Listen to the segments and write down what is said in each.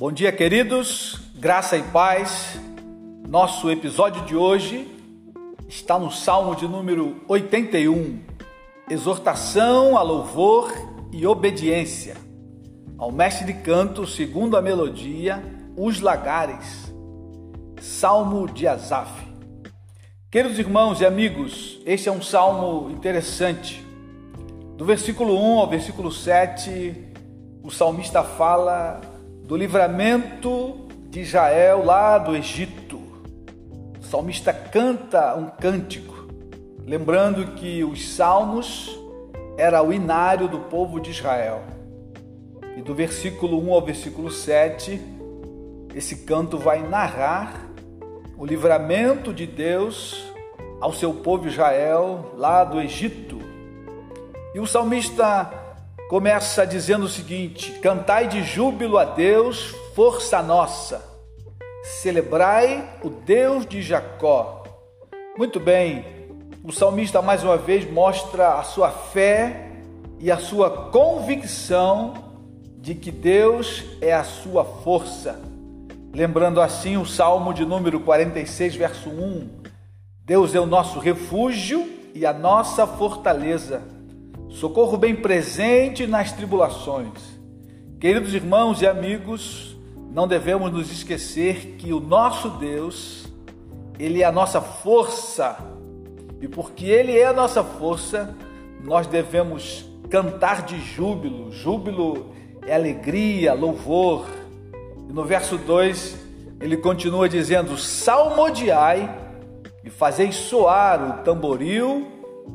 Bom dia, queridos, graça e paz. Nosso episódio de hoje está no Salmo de número 81, exortação a louvor e obediência. Ao mestre de canto, segundo a melodia, os lagares. Salmo de Asaf. Queridos irmãos e amigos, este é um salmo interessante. Do versículo 1 ao versículo 7, o salmista fala do livramento de Israel lá do Egito. O salmista canta um cântico, lembrando que os salmos era o inário do povo de Israel. E do versículo 1 ao versículo 7, esse canto vai narrar o livramento de Deus ao seu povo Israel lá do Egito. E o salmista começa dizendo o seguinte: cantai de júbilo a Deus, força nossa, celebrai o Deus de Jacó. Muito bem, o salmista mais uma vez mostra a sua fé e a sua convicção de que Deus é a sua força. Lembrando assim o Salmo de número 46, verso 1, Deus é o nosso refúgio e a nossa fortaleza, socorro bem presente nas tribulações. Queridos irmãos e amigos, não devemos nos esquecer que o nosso Deus, Ele é a nossa força. E porque Ele é a nossa força, nós devemos cantar de júbilo. Júbilo é alegria, louvor. E no verso 2, ele continua dizendo: salmodiai e fazei soar o tamboril,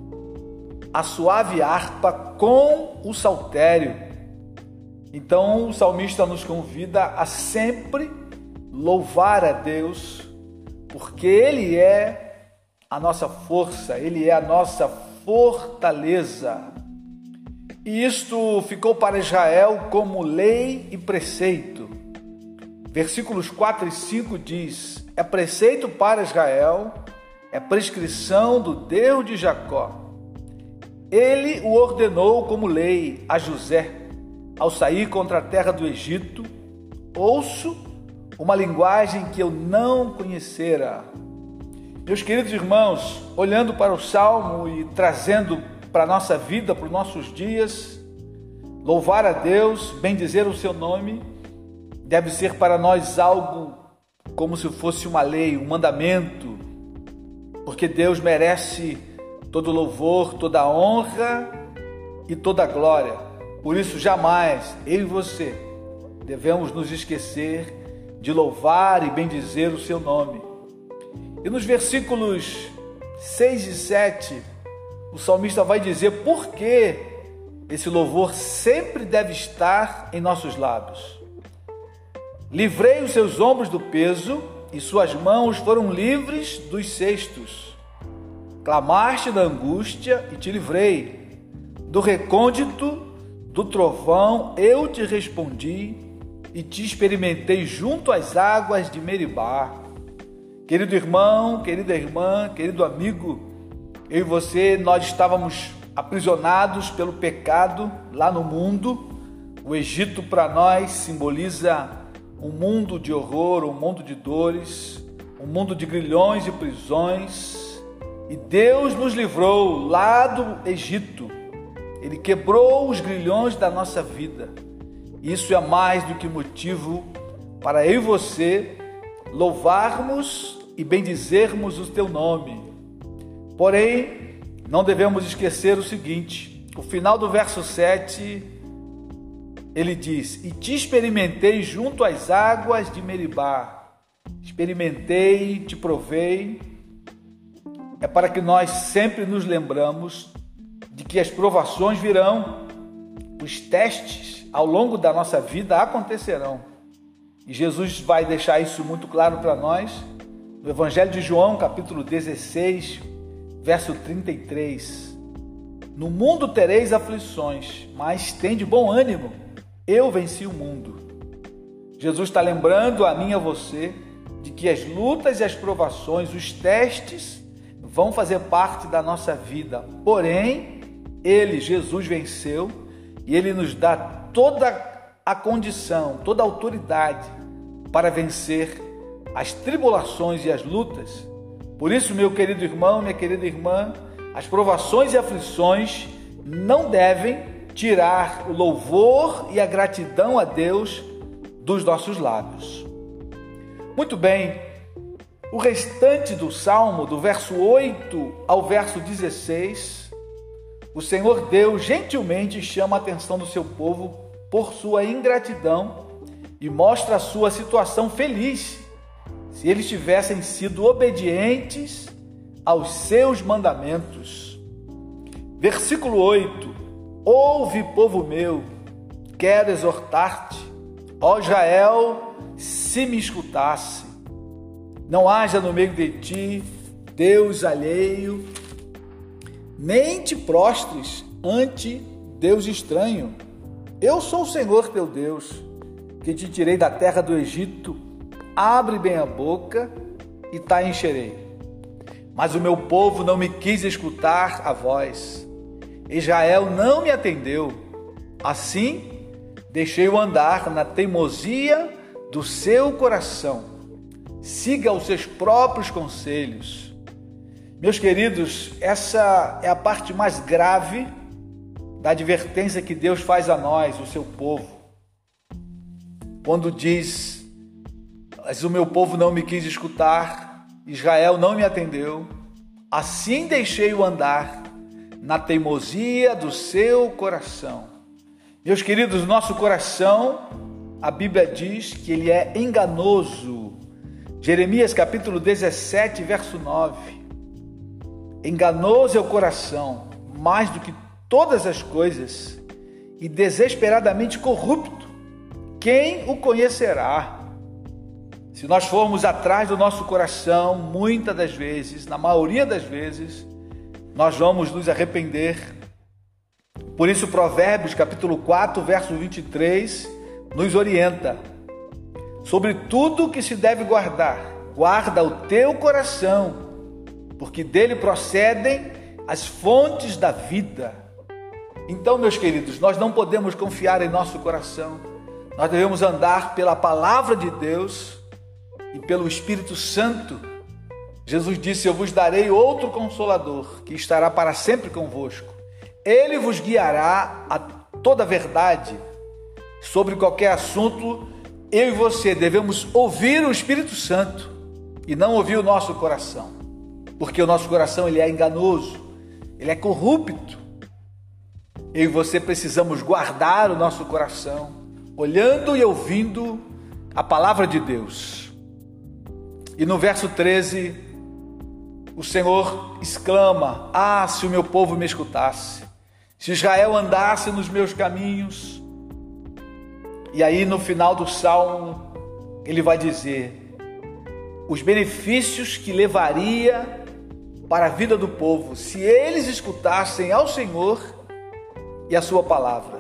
a suave harpa com o saltério. Então o salmista nos convida a sempre louvar a Deus, porque Ele é a nossa força, Ele é a nossa fortaleza. E isto ficou para Israel como lei e preceito. Versículos 4 e 5 diz: é preceito para Israel, é prescrição do Deus de Jacó. Ele o ordenou como lei a José, ao sair contra a terra do Egito. Ouço uma linguagem que eu não conhecera. Meus queridos irmãos, olhando para o Salmo e trazendo para a nossa vida, para os nossos dias, louvar a Deus, bendizer o seu nome, deve ser para nós algo como se fosse uma lei, um mandamento, porque Deus merece todo louvor, toda honra e toda glória. Por isso, jamais eu e você devemos nos esquecer de louvar e bendizer o seu nome. E nos versículos 6 e 7, o salmista vai dizer por que esse louvor sempre deve estar em nossos lábios. Livrei os seus ombros do peso e suas mãos foram livres dos cestos. Clamaste da angústia e te livrei. Do recôndito, do trovão, eu te respondi e te experimentei junto às águas de Meribá. Querido irmão, querida irmã, querido amigo, eu e você, nós estávamos aprisionados pelo pecado lá no mundo. O Egito para nós simboliza um mundo de horror, um mundo de dores, um mundo de grilhões e prisões. E Deus nos livrou lá do Egito. Ele quebrou os grilhões da nossa vida. Isso é mais do que motivo para eu e você louvarmos e bendizermos o teu nome. Porém, não devemos esquecer o seguinte: o final do verso 7, ele diz: e te experimentei junto às águas de Meribá. Experimentei, te provei. É para que nós sempre nos lembramos de que as provações virão, os testes ao longo da nossa vida acontecerão. E Jesus vai deixar isso muito claro para nós no Evangelho de João, capítulo 16, verso 33. No mundo tereis aflições, mas tende bom ânimo, eu venci o mundo. Jesus está lembrando a mim e a você de que as lutas e as provações, os testes, vão fazer parte da nossa vida. Porém, Ele, Jesus, venceu e Ele nos dá toda a condição, toda a autoridade para vencer as tribulações e as lutas. Por isso, meu querido irmão, minha querida irmã, as provações e aflições não devem tirar o louvor e a gratidão a Deus dos nossos lábios. Muito bem, o restante do Salmo, do verso 8 ao verso 16, o Senhor Deus gentilmente chama a atenção do seu povo por sua ingratidão e mostra a sua situação feliz se eles tivessem sido obedientes aos seus mandamentos. Versículo 8: Ouve, povo meu, quero exortar-te, ó Israel, se me escutasse. Não haja no meio de ti Deus alheio, nem te prostres ante Deus estranho. Eu sou o Senhor teu Deus, que te tirei da terra do Egito. Abre bem a boca e te encherei. Mas o meu povo não me quis escutar a voz. Israel não me atendeu. Assim, deixei-o andar na teimosia do seu coração. Siga os seus próprios conselhos. Meus queridos, essa é a parte mais grave da advertência que Deus faz a nós, o seu povo. Quando diz: mas o meu povo não me quis escutar, Israel não me atendeu, assim deixei-o andar na teimosia do seu coração. Meus queridos, nosso coração, a Bíblia diz que ele é enganoso. Jeremias capítulo 17, verso 9. Enganoso é o coração, mais do que todas as coisas, e desesperadamente corrupto. Quem o conhecerá? Se nós formos atrás do nosso coração, muitas das vezes, na maioria das vezes, nós vamos nos arrepender. Por isso, Provérbios capítulo 4, verso 23, nos orienta: sobre tudo que se deve guardar, guarda o teu coração, porque dele procedem as fontes da vida. Então, meus queridos, nós não podemos confiar em nosso coração. Nós devemos andar pela palavra de Deus e pelo Espírito Santo. Jesus disse: eu vos darei outro Consolador, que estará para sempre convosco. Ele vos guiará a toda a verdade. Sobre qualquer assunto, eu e você devemos ouvir o Espírito Santo e não ouvir o nosso coração, porque o nosso coração ele é enganoso, ele é corrupto. Eu e você precisamos guardar o nosso coração, olhando e ouvindo a palavra de Deus. E no verso 13, o Senhor exclama: ah, se o meu povo me escutasse, se Israel andasse nos meus caminhos. E aí no final do Salmo, ele vai dizer os benefícios que levaria para a vida do povo, se eles escutassem ao Senhor e a sua palavra.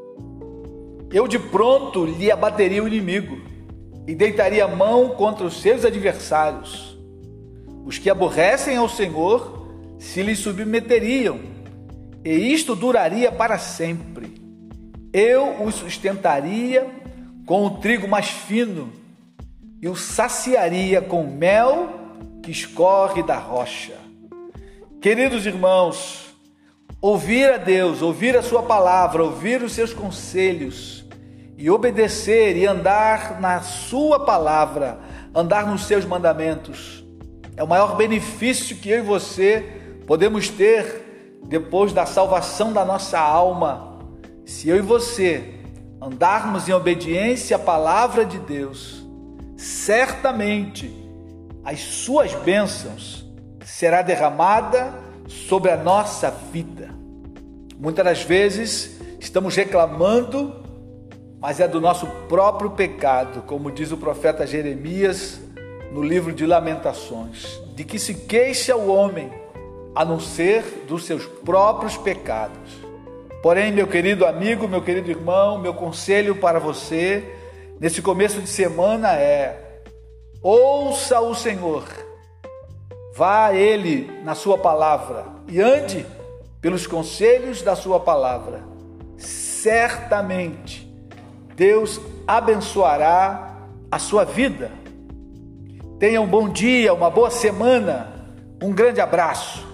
Eu de pronto lhe abateria o inimigo e deitaria a mão contra os seus adversários. Os que aborrecem ao Senhor se lhe submeteriam, e isto duraria para sempre. Eu os sustentaria com o trigo mais fino e o saciaria com mel que escorre da rocha. Queridos irmãos, ouvir a Deus, ouvir a sua palavra, ouvir os seus conselhos e obedecer e andar na sua palavra, andar nos seus mandamentos, é o maior benefício que eu e você podemos ter depois da salvação da nossa alma. Se eu e você andarmos em obediência à palavra de Deus, certamente as suas bênçãos será derramada sobre a nossa vida. Muitas das vezes estamos reclamando, mas é do nosso próprio pecado, como diz o profeta Jeremias no livro de Lamentações, de que se queixa o homem, a não ser dos seus próprios pecados. Porém, meu querido amigo, meu querido irmão, meu conselho para você nesse começo de semana é: ouça o Senhor, vá a Ele na sua palavra e ande pelos conselhos da sua palavra. Certamente Deus abençoará a sua vida. Tenha um bom dia, uma boa semana. Um grande abraço.